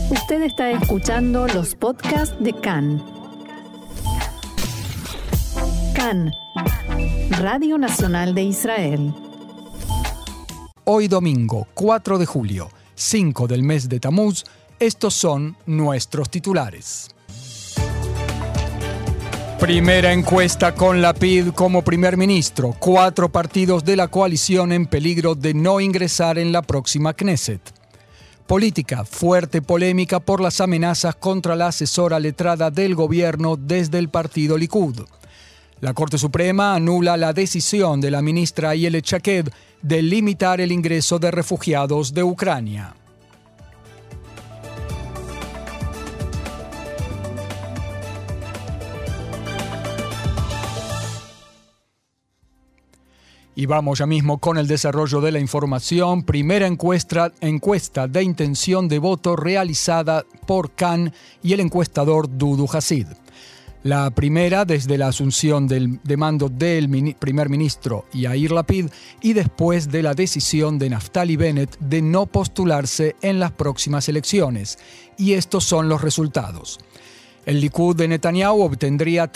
Usted está escuchando los podcasts de CAN. CAN, Radio Nacional de Israel. Hoy domingo, 4 de julio, 5 del mes de Tamuz, estos son nuestros titulares. Primera encuesta con Lapid como primer ministro. 4 partidos de la coalición en peligro de no ingresar en la próxima Knesset. Política, fuerte polémica por las amenazas contra la asesora letrada del gobierno desde el partido Likud. La Corte Suprema anula la decisión de la ministra Ayelet Shaked de limitar el ingreso de refugiados de Ucrania. Y vamos ya mismo con el desarrollo de la información. Primera encuesta de intención de voto realizada por CAN y el encuestador Dudu Hasid. La primera desde la asunción de mando del primer ministro Yair Lapid y después de la decisión de Naftali Bennett de no postularse en las próximas elecciones. Y estos son los resultados. El Likud de Netanyahu obtendría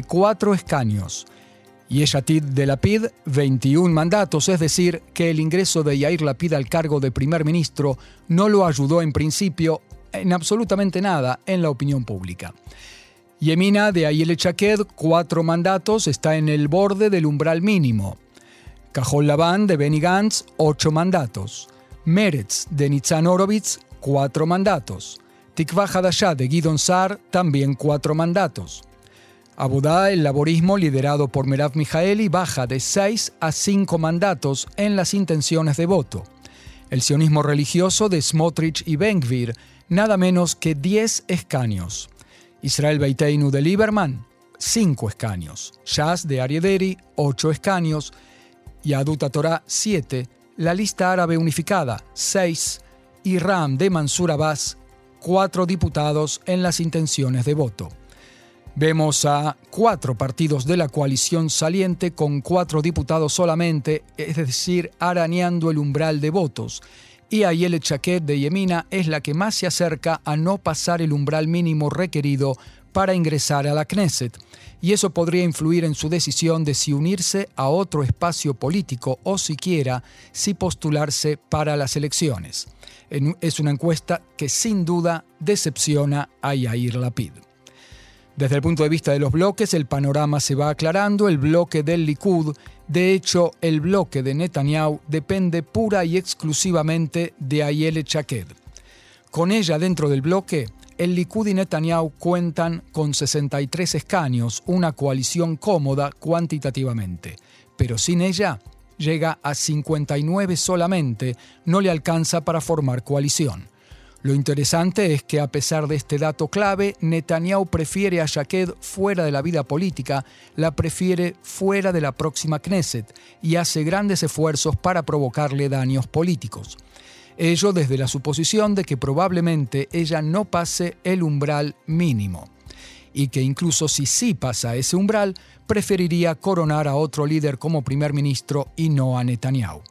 34 escaños. Yesh Atid de Lapid, 21 mandatos, es decir, que el ingreso de Yair Lapid al cargo de primer ministro no lo ayudó en principio en absolutamente nada en la opinión pública. Yemina de Ayelet Shaked, 4 mandatos, está en el borde del umbral mínimo. Cajol Lavan de Benny Gantz, 8 mandatos. Meretz de Nitzan Horowitz, 4 mandatos. Tikva Hadashah de Gidon Sa'ar, también 4 mandatos. Abudá, el laborismo liderado por Merav Mijaeli, baja de 6 a 5 mandatos en las intenciones de voto. El sionismo religioso de Smotrich y Ben Gvir, nada menos que 10 escaños. Israel Beiteinu de Lieberman, 5 escaños. Shas de Aryeh Deri, 8 escaños. Yahadut HaTorah, 7. La lista árabe unificada, 6. Y Ram de Mansur Abbas, 4 diputados en las intenciones de voto. Vemos a 4 partidos de la coalición saliente con 4 diputados solamente, es decir, arañando el umbral de votos. Y Ayelet Shaked de Yemina es la que más se acerca a no pasar el umbral mínimo requerido para ingresar a la Knesset. Y eso podría influir en su decisión de si unirse a otro espacio político o siquiera si postularse para las elecciones. Es una encuesta que sin duda decepciona a Yair Lapid. Desde el punto de vista de los bloques, el panorama se va aclarando. El bloque del Likud, de hecho, el bloque de Netanyahu depende pura y exclusivamente de Ayelet Shaked. Con ella dentro del bloque, el Likud y Netanyahu cuentan con 63 escaños, una coalición cómoda cuantitativamente. Pero sin ella, llega a 59 solamente, no le alcanza para formar coalición. Lo interesante es que a pesar de este dato clave, Netanyahu prefiere a Shaked fuera de la vida política, la prefiere fuera de la próxima Knesset y hace grandes esfuerzos para provocarle daños políticos. Ello desde la suposición de que probablemente ella no pase el umbral mínimo y que incluso si sí pasa ese umbral, preferiría coronar a otro líder como primer ministro y no a Netanyahu.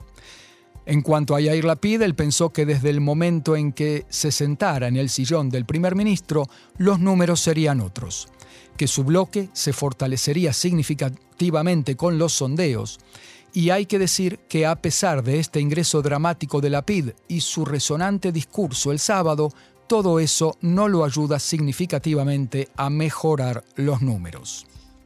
En cuanto a Yair Lapid, él pensó que desde el momento en que se sentara en el sillón del primer ministro, los números serían otros, que su bloque se fortalecería significativamente con los sondeos. Y hay que decir que a pesar de este ingreso dramático de Lapid y su resonante discurso el sábado, todo eso no lo ayuda significativamente a mejorar los números.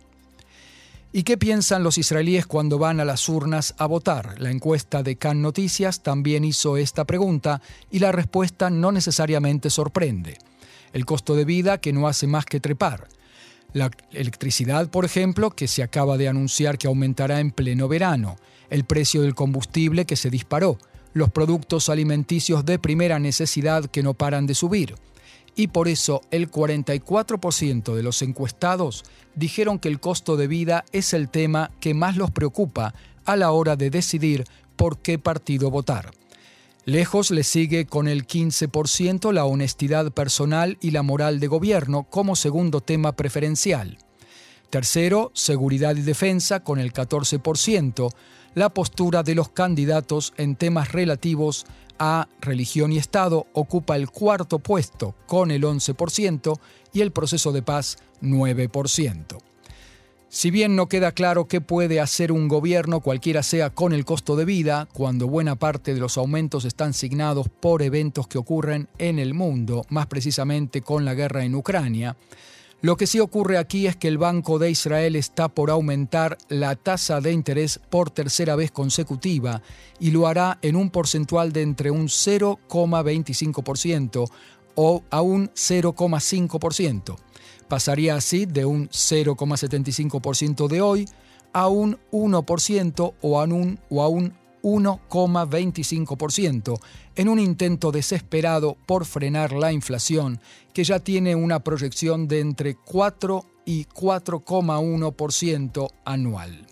¿Y qué piensan los israelíes cuando van a las urnas a votar? La encuesta de CAN Noticias también hizo esta pregunta y la respuesta no necesariamente sorprende. El costo de vida que no hace más que trepar. La electricidad, por ejemplo, que se acaba de anunciar que aumentará en pleno verano. El precio del combustible que se disparó. Los productos alimenticios de primera necesidad que no paran de subir. Y por eso el 44% de los encuestados dijeron que el costo de vida es el tema que más los preocupa a la hora de decidir por qué partido votar. Lejos le sigue con el 15% la honestidad personal y la moral de gobierno como segundo tema preferencial. Tercero, seguridad y defensa con el 14%, la postura de los candidatos en temas relativos a religión y Estado ocupa el cuarto puesto con el 11% y el proceso de paz 9%. Si bien no queda claro qué puede hacer un gobierno, cualquiera sea, con el costo de vida, cuando buena parte de los aumentos están signados por eventos que ocurren en el mundo, más precisamente con la guerra en Ucrania, lo que sí ocurre aquí es que el Banco de Israel está por aumentar la tasa de interés por tercera vez consecutiva y lo hará en un porcentual de entre un 0,25% o a un 0,5%. Pasaría así de un 0,75% de hoy a un 1% o a un 1,25% en un intento desesperado por frenar la inflación, que ya tiene una proyección de entre 4 y 4,1% anual.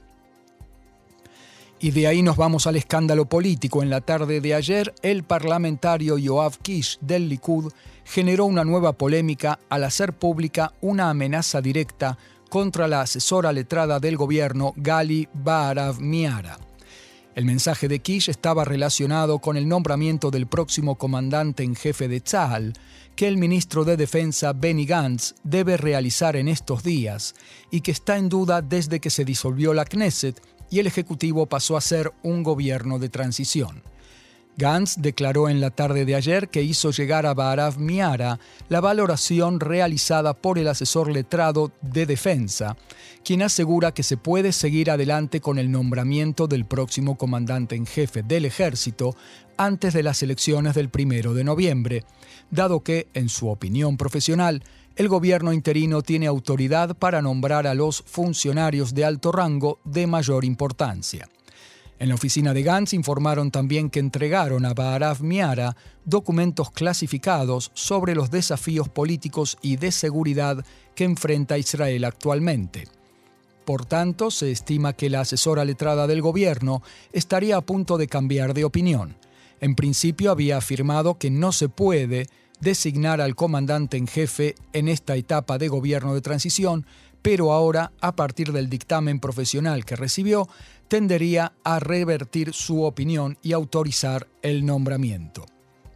Y de ahí nos vamos al escándalo político. En la tarde de ayer, el parlamentario Yoav Kish del Likud generó una nueva polémica al hacer pública una amenaza directa contra la asesora letrada del gobierno, Gali Baharav Miara. El mensaje de Kish estaba relacionado con el nombramiento del próximo comandante en jefe de Tzahal, que el ministro de Defensa Benny Gantz debe realizar en estos días y que está en duda desde que se disolvió la Knesset y el Ejecutivo pasó a ser un gobierno de transición. Gantz declaró en la tarde de ayer que hizo llegar a Baharav Miara la valoración realizada por el asesor letrado de Defensa, quien asegura que se puede seguir adelante con el nombramiento del próximo comandante en jefe del ejército antes de las elecciones del 1 de noviembre, dado que, en su opinión profesional, el gobierno interino tiene autoridad para nombrar a los funcionarios de alto rango de mayor importancia. En la oficina de Gantz informaron también que entregaron a Baharav Miara documentos clasificados sobre los desafíos políticos y de seguridad que enfrenta Israel actualmente. Por tanto, se estima que la asesora letrada del gobierno estaría a punto de cambiar de opinión. En principio había afirmado que no se puede designar al comandante en jefe en esta etapa de gobierno de transición, pero ahora, a partir del dictamen profesional que recibió, tendería a revertir su opinión y autorizar el nombramiento.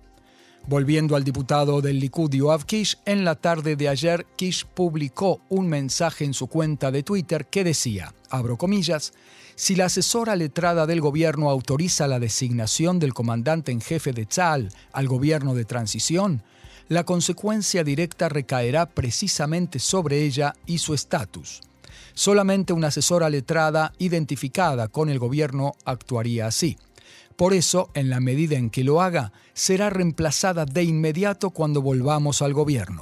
Volviendo al diputado del Likud Yoav Kish, en la tarde de ayer Kish publicó un mensaje en su cuenta de Twitter que decía, abro comillas, si la asesora letrada del gobierno autoriza la designación del comandante en jefe de Tzahal al gobierno de transición, la consecuencia directa recaerá precisamente sobre ella y su estatus. Solamente una asesora letrada identificada con el gobierno actuaría así. Por eso, en la medida en que lo haga, será reemplazada de inmediato cuando volvamos al gobierno.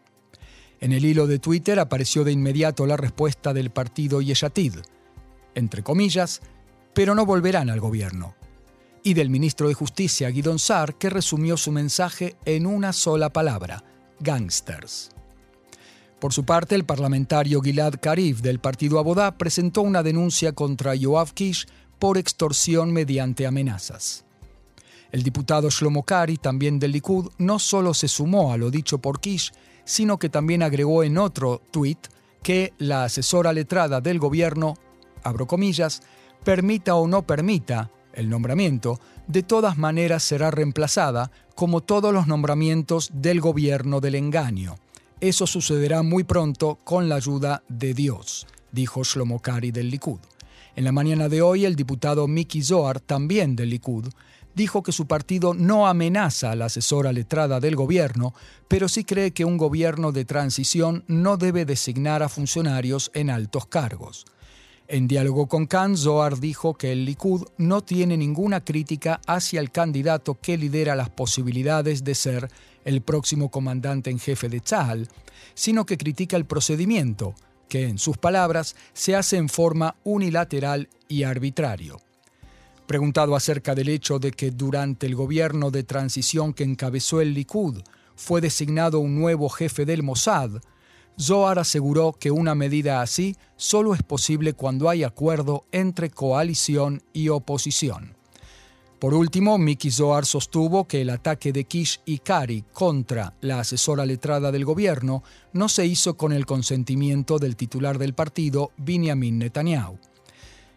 En el hilo de Twitter apareció de inmediato la respuesta del partido Yesh Atid, entre comillas, pero no volverán al gobierno, y del ministro de Justicia Gidon Sa'ar, que resumió su mensaje en una sola palabra: gángsters. Por su parte, el parlamentario Gilad Kariv del partido Abodá presentó una denuncia contra Yoav Kish por extorsión mediante amenazas. El diputado Shlomo Kari, también del Likud, no solo se sumó a lo dicho por Kish, sino que también agregó en otro tuit que la asesora letrada del gobierno, abro comillas, permita o no permita el nombramiento, de todas maneras será reemplazada como todos los nombramientos del gobierno del engaño. Eso sucederá muy pronto con la ayuda de Dios, dijo Shlomo Kari del Likud. En la mañana de hoy, el diputado Miki Zohar, también del Likud, dijo que su partido no amenaza a la asesora letrada del gobierno, pero sí cree que un gobierno de transición no debe designar a funcionarios en altos cargos. En diálogo con Kan, Zohar dijo que el Likud no tiene ninguna crítica hacia el candidato que lidera las posibilidades de ser el próximo comandante en jefe de Tzahal, sino que critica el procedimiento, que, en sus palabras, se hace en forma unilateral y arbitrario. Preguntado acerca del hecho de que durante el gobierno de transición que encabezó el Likud fue designado un nuevo jefe del Mossad, Zohar aseguró que una medida así solo es posible cuando hay acuerdo entre coalición y oposición. Por último, Miki Zohar sostuvo que el ataque de Kish y Kari contra la asesora letrada del gobierno no se hizo con el consentimiento del titular del partido, Binyamin Netanyahu.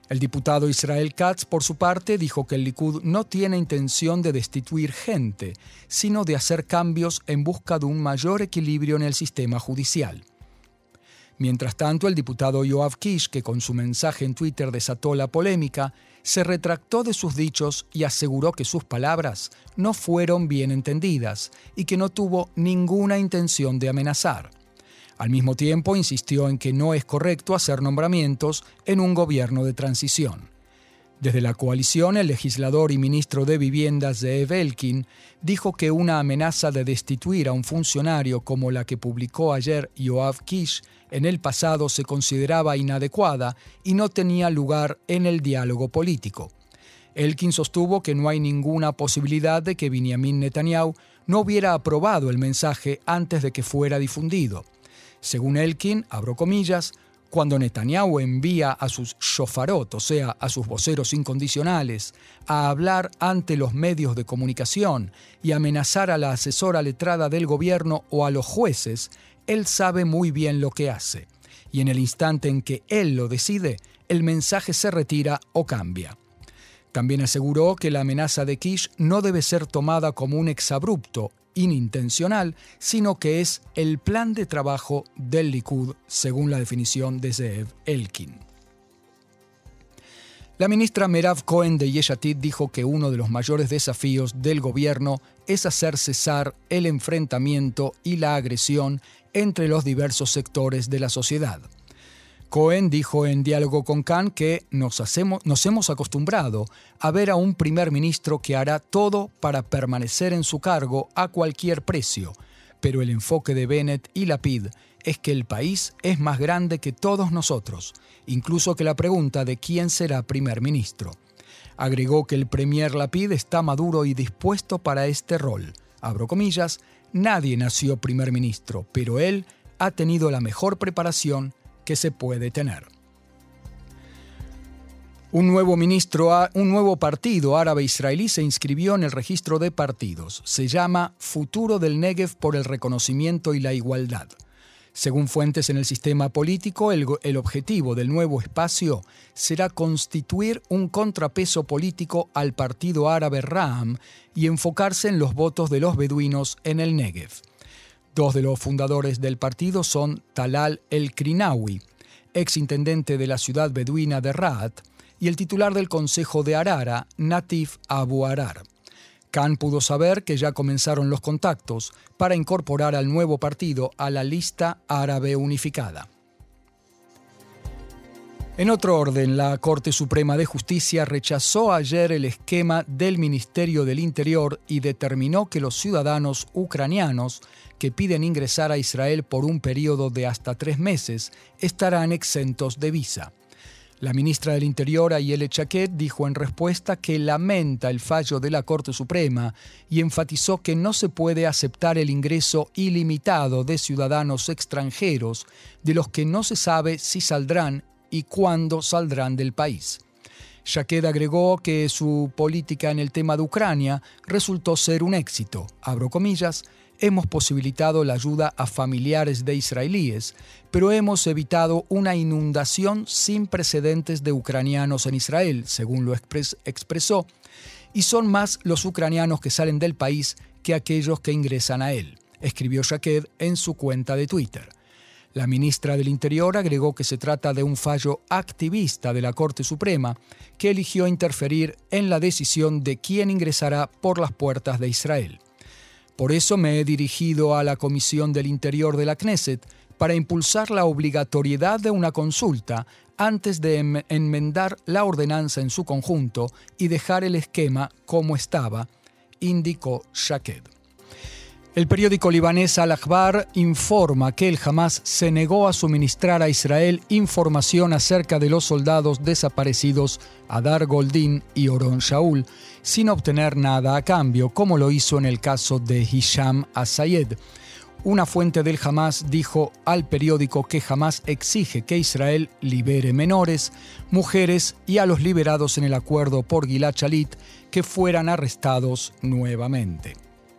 El diputado Israel Katz, por su parte, dijo que el Likud no tiene intención de destituir gente, sino de hacer cambios en busca de un mayor equilibrio en el sistema judicial. Mientras tanto, el diputado Yoav Kish, que con su mensaje en Twitter desató la polémica, se retractó de sus dichos y aseguró que sus palabras no fueron bien entendidas y que no tuvo ninguna intención de amenazar. Al mismo tiempo, insistió en que no es correcto hacer nombramientos en un gobierno de transición. Desde la coalición, el legislador y ministro de Vivienda Zeev Elkin dijo que una amenaza de destituir a un funcionario como la que publicó ayer Yoav Kish en el pasado se consideraba inadecuada y no tenía lugar en el diálogo político. Elkin sostuvo que no hay ninguna posibilidad de que Benjamin Netanyahu no hubiera aprobado el mensaje antes de que fuera difundido. Según Elkin, abro comillas, cuando Netanyahu envía a sus shofarot, o sea, a sus voceros incondicionales, a hablar ante los medios de comunicación y amenazar a la asesora letrada del gobierno o a los jueces, él sabe muy bien lo que hace. Y en el instante en que él lo decide, el mensaje se retira o cambia. También aseguró que la amenaza de Kish no debe ser tomada como un exabrupto inintencional, sino que es el plan de trabajo del Likud, según la definición de Zeev Elkin. La ministra Meirav Cohen de Yesh Atid dijo que uno de los mayores desafíos del gobierno es hacer cesar el enfrentamiento y la agresión entre los diversos sectores de la sociedad. Cohen dijo en Diálogo con Kan que nos hemos acostumbrado a ver a un primer ministro que hará todo para permanecer en su cargo a cualquier precio, pero el enfoque de Bennett y Lapid es que el país es más grande que todos nosotros, incluso que la pregunta de quién será primer ministro. Agregó que el premier Lapid está maduro y dispuesto para este rol. Abro comillas, nadie nació primer ministro, pero él ha tenido la mejor preparación que se puede tener. Un nuevo partido árabe-israelí se inscribió en el registro de partidos. Se llama Futuro del Negev por el Reconocimiento y la Igualdad. Según fuentes en el sistema político, el objetivo del nuevo espacio será constituir un contrapeso político al partido árabe Ra'am y enfocarse en los votos de los beduinos en el Negev. Dos de los fundadores del partido son Talal El-Krinawi, exintendente de la ciudad beduina de Raat, y el titular del Consejo de Arara, Natif Abu Arar. Khan pudo saber que ya comenzaron los contactos para incorporar al nuevo partido a la lista árabe unificada. En otro orden, la Corte Suprema de Justicia rechazó ayer el esquema del Ministerio del Interior y determinó que los ciudadanos ucranianos que piden ingresar a Israel por un periodo de hasta 3 meses estarán exentos de visa. La ministra del Interior, Ayelet Shaked, dijo en respuesta que lamenta el fallo de la Corte Suprema y enfatizó que no se puede aceptar el ingreso ilimitado de ciudadanos extranjeros de los que no se sabe si saldrán y cuándo saldrán del país. Shaked agregó que su política en el tema de Ucrania resultó ser un éxito. Abro comillas, hemos posibilitado la ayuda a familiares de israelíes, pero hemos evitado una inundación sin precedentes de ucranianos en Israel, según lo expresó, y son más los ucranianos que salen del país que aquellos que ingresan a él, escribió Shaked en su cuenta de Twitter. La ministra del Interior agregó que se trata de un fallo activista de la Corte Suprema que eligió interferir en la decisión de quién ingresará por las puertas de Israel. Por eso me he dirigido a la Comisión del Interior de la Knesset para impulsar la obligatoriedad de una consulta antes de enmendar la ordenanza en su conjunto y dejar el esquema como estaba, indicó Shaked. El periódico libanés Al-Akhbar informa que el Hamas se negó a suministrar a Israel información acerca de los soldados desaparecidos Hadar Goldin y Oron Shaul, sin obtener nada a cambio, como lo hizo en el caso de Hisham Asayed. Una fuente del Hamas dijo al periódico que Hamas exige que Israel libere menores, mujeres y a los liberados en el acuerdo por Gilad Shalit que fueran arrestados nuevamente.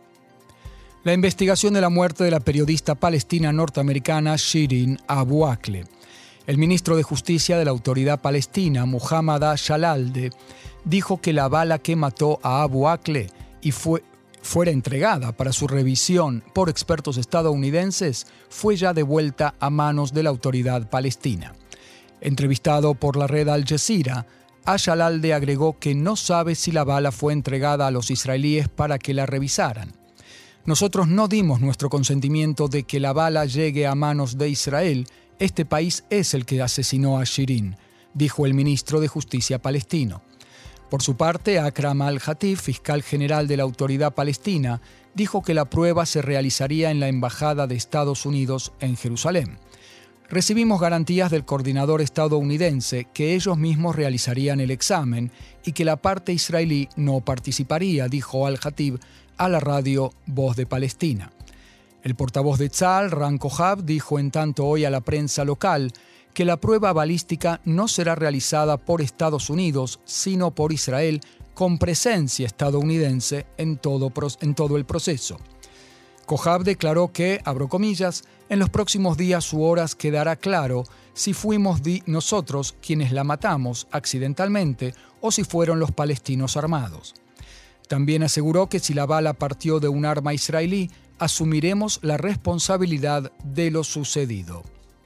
La investigación de la muerte de la periodista palestina norteamericana Shirin Abu Akleh. El ministro de Justicia de la Autoridad Palestina, Muhammad al-Shalalde, dijo que la bala que mató a Abu Akleh y fuera entregada para su revisión por expertos estadounidenses fue ya devuelta a manos de la autoridad palestina. Entrevistado por la red Al Jazeera, al-Shalalde agregó que no sabe si la bala fue entregada a los israelíes para que la revisaran. Nosotros no dimos nuestro consentimiento de que la bala llegue a manos de Israel. Este país es el que asesinó a Shirin, dijo el ministro de Justicia palestino. Por su parte, Akram al-Khatib, fiscal general de la Autoridad Palestina, dijo que la prueba se realizaría en la Embajada de Estados Unidos en Jerusalén. Recibimos garantías del coordinador estadounidense que ellos mismos realizarían el examen y que la parte israelí no participaría, dijo al-Khatib a la radio Voz de Palestina. El portavoz de Tzal, Ran Kohab, dijo en tanto hoy a la prensa local que la prueba balística no será realizada por Estados Unidos, sino por Israel, con presencia estadounidense en todo el proceso. Kohab declaró que, abro comillas, en los próximos días u horas quedará claro si fuimos nosotros quienes la matamos accidentalmente o si fueron los palestinos armados. También aseguró que si la bala partió de un arma israelí, asumiremos la responsabilidad de lo sucedido.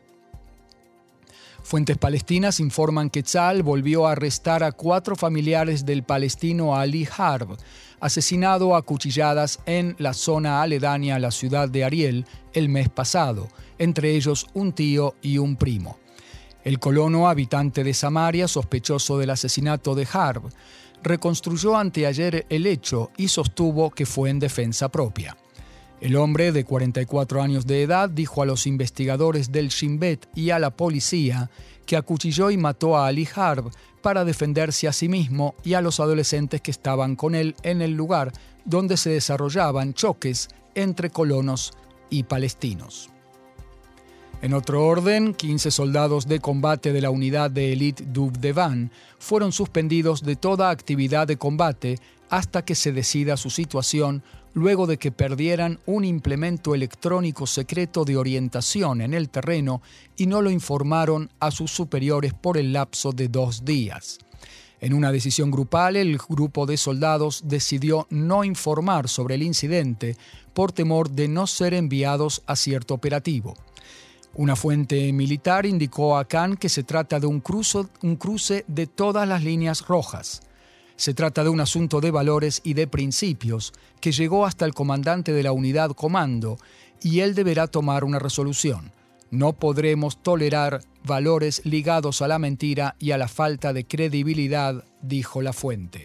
Fuentes palestinas informan que Tzal volvió a arrestar a 4 familiares del palestino Ali Harb, asesinado a cuchilladas en la zona aledaña a la ciudad de Ariel el mes pasado, entre ellos un tío y un primo. El colono, habitante de Samaria, sospechoso del asesinato de Harb, reconstruyó anteayer el hecho y sostuvo que fue en defensa propia. El hombre, de 44 años de edad, dijo a los investigadores del Shin Bet y a la policía que acuchilló y mató a Ali Harb para defenderse a sí mismo y a los adolescentes que estaban con él en el lugar donde se desarrollaban choques entre colonos y palestinos. En otro orden, 15 soldados de combate de la unidad de élite Duvdevan fueron suspendidos de toda actividad de combate hasta que se decida su situación, luego de que perdieran un implemento electrónico secreto de orientación en el terreno y no lo informaron a sus superiores por el lapso de 2 días. En una decisión grupal, el grupo de soldados decidió no informar sobre el incidente por temor de no ser enviados a cierto operativo. Una fuente militar indicó a Khan que se trata de un cruce de todas las líneas rojas. Se trata de un asunto de valores y de principios que llegó hasta el comandante de la unidad comando y él deberá tomar una resolución. No podremos tolerar valores ligados a la mentira y a la falta de credibilidad, dijo la fuente.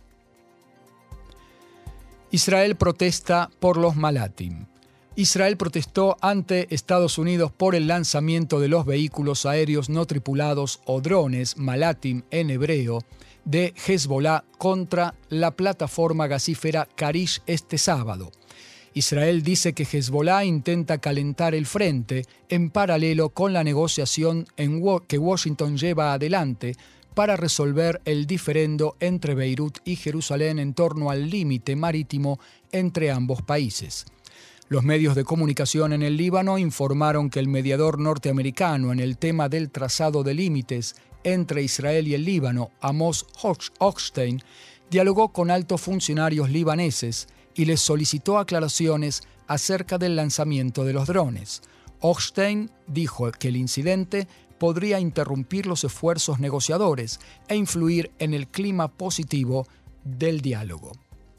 Israel protesta por los Malatim. Israel protestó ante Estados Unidos por el lanzamiento de los vehículos aéreos no tripulados o drones, Malatim en hebreo, de Hezbollah contra la plataforma gasífera Karish este sábado. Israel dice que Hezbollah intenta calentar el frente en paralelo con la negociación que Washington lleva adelante para resolver el diferendo entre Beirut y Jerusalén en torno al límite marítimo entre ambos países. Los medios de comunicación en el Líbano informaron que el mediador norteamericano en el tema del trazado de límites entre Israel y el Líbano, Amos Hochstein, dialogó con altos funcionarios libaneses y les solicitó aclaraciones acerca del lanzamiento de los drones. Hochstein dijo que el incidente podría interrumpir los esfuerzos negociadores e influir en el clima positivo del diálogo.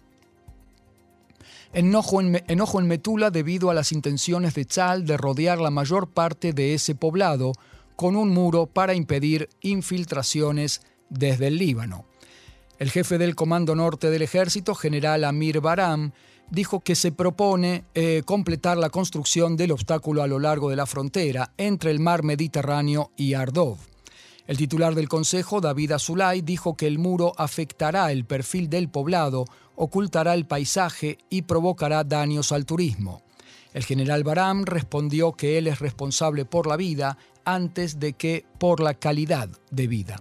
Enojo en Metula debido a las intenciones de Tzal de rodear la mayor parte de ese poblado con un muro para impedir infiltraciones desde el Líbano. El jefe del Comando Norte del Ejército, general Amir Baram, dijo que se propone completar la construcción del obstáculo a lo largo de la frontera entre el mar Mediterráneo y Ardov. El titular del Consejo, David Azulay, dijo que el muro afectará el perfil del poblado, ocultará el paisaje y provocará daños al turismo. El general Baram respondió que él es responsable por la vida antes de que por la calidad de vida.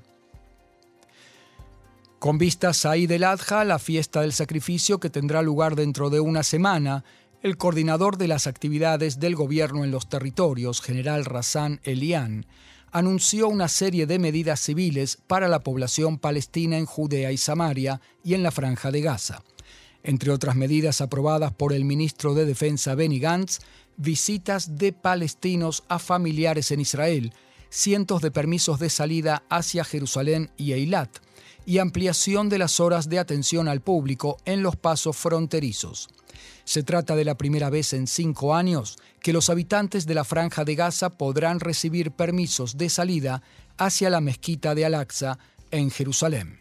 Con vistas a Eid el-Adha, la fiesta del sacrificio que tendrá lugar dentro de una semana, el coordinador de las actividades del gobierno en los territorios, general Razan Elian, anunció una serie de medidas civiles para la población palestina en Judea y Samaria y en la Franja de Gaza. Entre otras medidas aprobadas por el ministro de Defensa Benny Gantz, visitas de palestinos a familiares en Israel, cientos de permisos de salida hacia Jerusalén y Eilat, y ampliación de las horas de atención al público en los pasos fronterizos. Se trata de la primera vez en 5 años que los habitantes de la Franja de Gaza podrán recibir permisos de salida hacia la mezquita de Al-Aqsa en Jerusalén.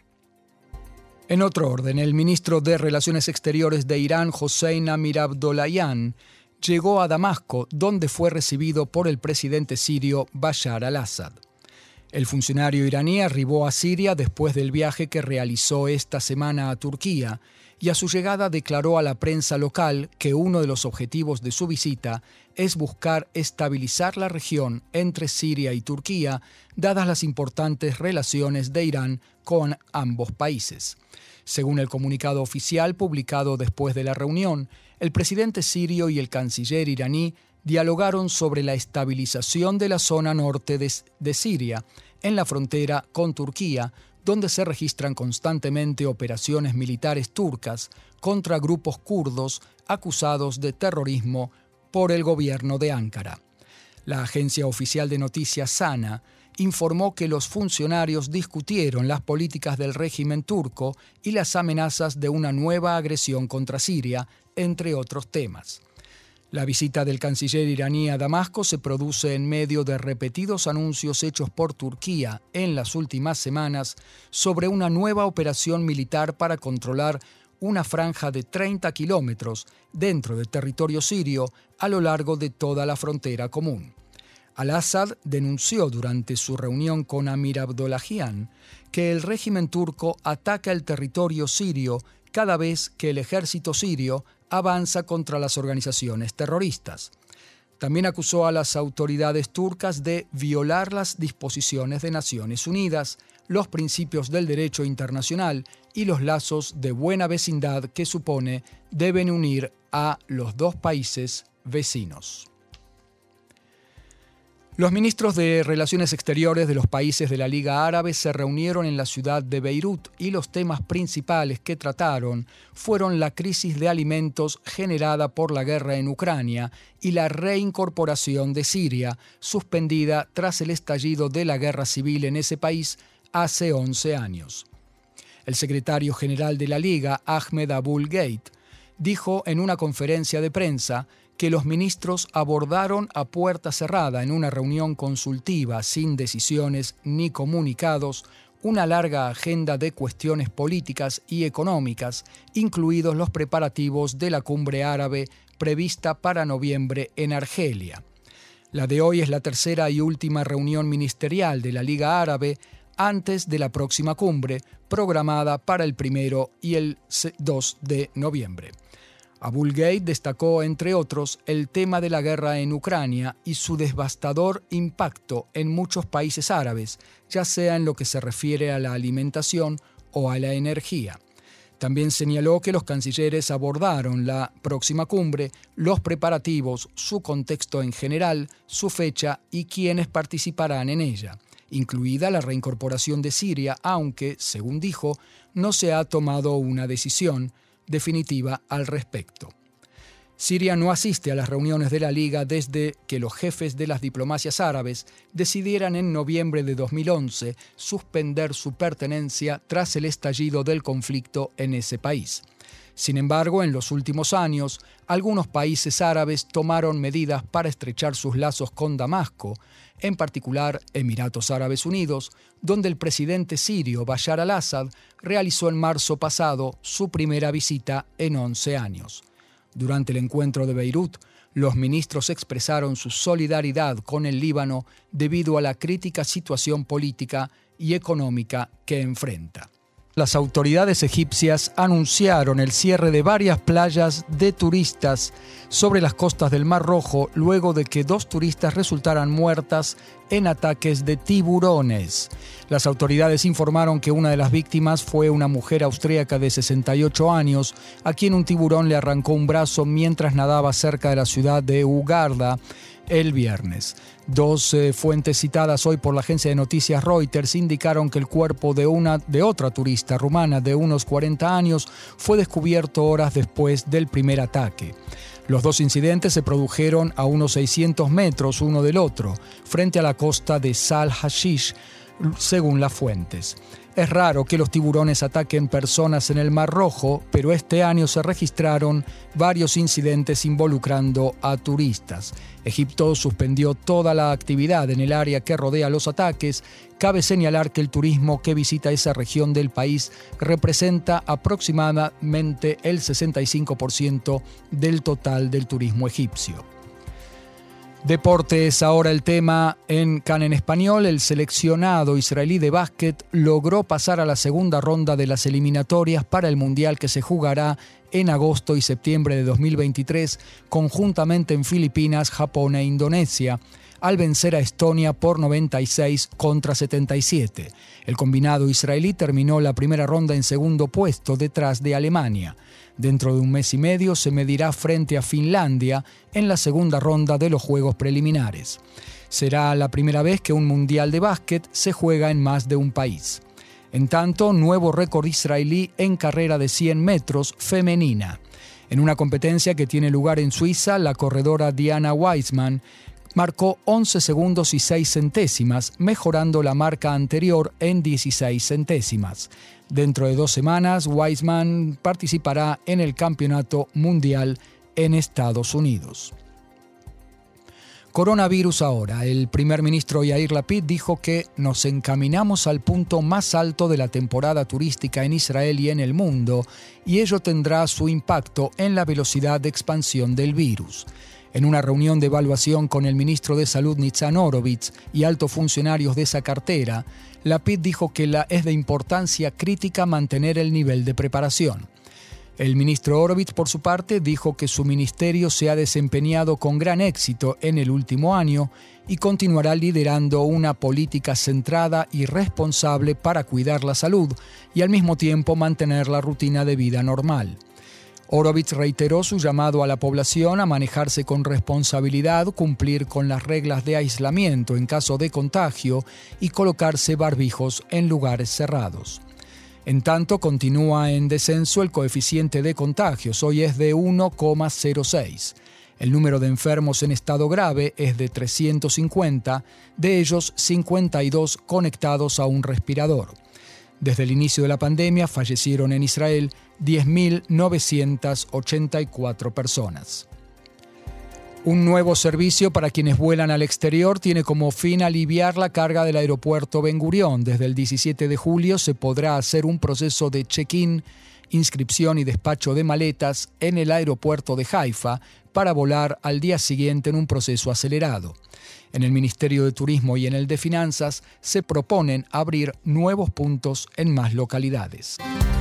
En otro orden, el ministro de Relaciones Exteriores de Irán, Hossein Amir-Abdollahian, llegó a Damasco, donde fue recibido por el presidente sirio Bashar al-Assad. El funcionario iraní arribó a Siria después del viaje que realizó esta semana a Turquía y a su llegada declaró a la prensa local que uno de los objetivos de su visita es buscar estabilizar la región entre Siria y Turquía, dadas las importantes relaciones de Irán con ambos países. Según el comunicado oficial publicado después de la reunión, el presidente sirio y el canciller iraní dialogaron sobre la estabilización de la zona norte de Siria, en la frontera con Turquía, donde se registran constantemente operaciones militares turcas contra grupos kurdos acusados de terrorismo por el gobierno de Ankara. La agencia oficial de noticias SANA informó que los funcionarios discutieron las políticas del régimen turco y las amenazas de una nueva agresión contra Siria, entre otros temas. La visita del canciller iraní a Damasco se produce en medio de repetidos anuncios hechos por Turquía en las últimas semanas sobre una nueva operación militar para controlar una franja de 30 kilómetros dentro del territorio sirio a lo largo de toda la frontera común. Al-Assad denunció durante su reunión con Amir-Abdollahian que el régimen turco ataca el territorio sirio cada vez que el ejército sirio avanza contra las organizaciones terroristas. También acusó a las autoridades turcas de violar las disposiciones de Naciones Unidas, los principios del derecho internacional y los lazos de buena vecindad que supone deben unir a los dos países vecinos. Los ministros de Relaciones Exteriores de los países de la Liga Árabe se reunieron en la ciudad de Beirut y los temas principales que trataron fueron la crisis de alimentos generada por la guerra en Ucrania y la reincorporación de Siria, suspendida tras el estallido de la guerra civil en ese país hace 11 años. El secretario general de la Liga, Ahmed Abul Gheit, dijo en una conferencia de prensa que los ministros abordaron a puerta cerrada en una reunión consultiva sin decisiones ni comunicados una larga agenda de cuestiones políticas y económicas, incluidos los preparativos de la cumbre árabe prevista para noviembre en Argelia. La de hoy es la tercera y última reunión ministerial de la Liga Árabe antes de la próxima cumbre, programada para el 1 y el 2 de noviembre. Abul Gheit destacó, entre otros, el tema de la guerra en Ucrania y su devastador impacto en muchos países árabes, ya sea en lo que se refiere a la alimentación o a la energía. También señaló que los cancilleres abordaron la próxima cumbre, los preparativos, su contexto en general, su fecha y quiénes participarán en ella, incluida la reincorporación de Siria, aunque, según dijo, no se ha tomado una decisión definitiva al respecto. Siria no asiste a las reuniones de la Liga desde que los jefes de las diplomacias árabes decidieran en noviembre de 2011 suspender su pertenencia tras el estallido del conflicto en ese país. Sin embargo, en los últimos años, algunos países árabes tomaron medidas para estrechar sus lazos con Damasco, en particular Emiratos Árabes Unidos, donde el presidente sirio Bashar al-Assad realizó en marzo pasado su primera visita en 11 años. Durante el encuentro de Beirut, los ministros expresaron su solidaridad con el Líbano debido a la crítica situación política y económica que enfrenta. Las autoridades egipcias anunciaron el cierre de varias playas de turistas sobre las costas del Mar Rojo luego de que 2 turistas resultaran muertas en ataques de tiburones. Las autoridades informaron que una de las víctimas fue una mujer austríaca de 68 años, a quien un tiburón le arrancó un brazo mientras nadaba cerca de la ciudad de Hurghada, el viernes. Dos fuentes citadas hoy por la agencia de noticias Reuters indicaron que el cuerpo de otra turista rumana de unos 40 años fue descubierto horas después del primer ataque. Los dos incidentes se produjeron a unos 600 metros uno del otro, frente a la costa de Sal Hashish, según las fuentes. Es raro que los tiburones ataquen personas en el Mar Rojo, pero este año se registraron varios incidentes involucrando a turistas. Egipto suspendió toda la actividad en el área que rodea los ataques. Cabe señalar que el turismo que visita esa región del país representa aproximadamente el 65% del total del turismo egipcio. Deportes, ahora el tema en CAN en español. El seleccionado israelí de básquet logró pasar a la segunda ronda de las eliminatorias para el Mundial que se jugará en agosto y septiembre de 2023, conjuntamente en Filipinas, Japón e Indonesia, al vencer a Estonia por 96-77. El combinado israelí terminó la primera ronda en segundo puesto, detrás de Alemania. Dentro de un mes y medio se medirá frente a Finlandia en la segunda ronda de los juegos preliminares. Será la primera vez que un mundial de básquet se juega en más de un país. En tanto, nuevo récord israelí en carrera de 100 metros femenina. En una competencia que tiene lugar en Suiza, la corredora Diana Weissman marcó 11 segundos y 6 centésimas, mejorando la marca anterior en 16 centésimas. Dentro de 2 semanas, Weissman participará en el Campeonato Mundial en Estados Unidos. Coronavirus ahora. El primer ministro Yair Lapid dijo que nos encaminamos al punto más alto de la temporada turística en Israel y en el mundo, y ello tendrá su impacto en la velocidad de expansión del virus. En una reunión de evaluación con el ministro de Salud Nitzan Horowitz y altos funcionarios de esa cartera, Lapid dijo que es de importancia crítica mantener el nivel de preparación. El ministro Horowitz, por su parte, dijo que su ministerio se ha desempeñado con gran éxito en el último año y continuará liderando una política centrada y responsable para cuidar la salud y al mismo tiempo mantener la rutina de vida normal. Horowitz reiteró su llamado a la población a manejarse con responsabilidad, cumplir con las reglas de aislamiento en caso de contagio y colocarse barbijos en lugares cerrados. En tanto, continúa en descenso el coeficiente de contagios, hoy es de 1,06. El número de enfermos en estado grave es de 350, de ellos 52 conectados a un respirador. Desde el inicio de la pandemia fallecieron en Israel 10.984 personas. Un nuevo servicio para quienes vuelan al exterior tiene como fin aliviar la carga del aeropuerto Ben Gurión. Desde el 17 de julio se podrá hacer un proceso de check-in, inscripción y despacho de maletas en el aeropuerto de Haifa para volar al día siguiente en un proceso acelerado. En el Ministerio de Turismo y en el de Finanzas se proponen abrir nuevos puntos en más localidades.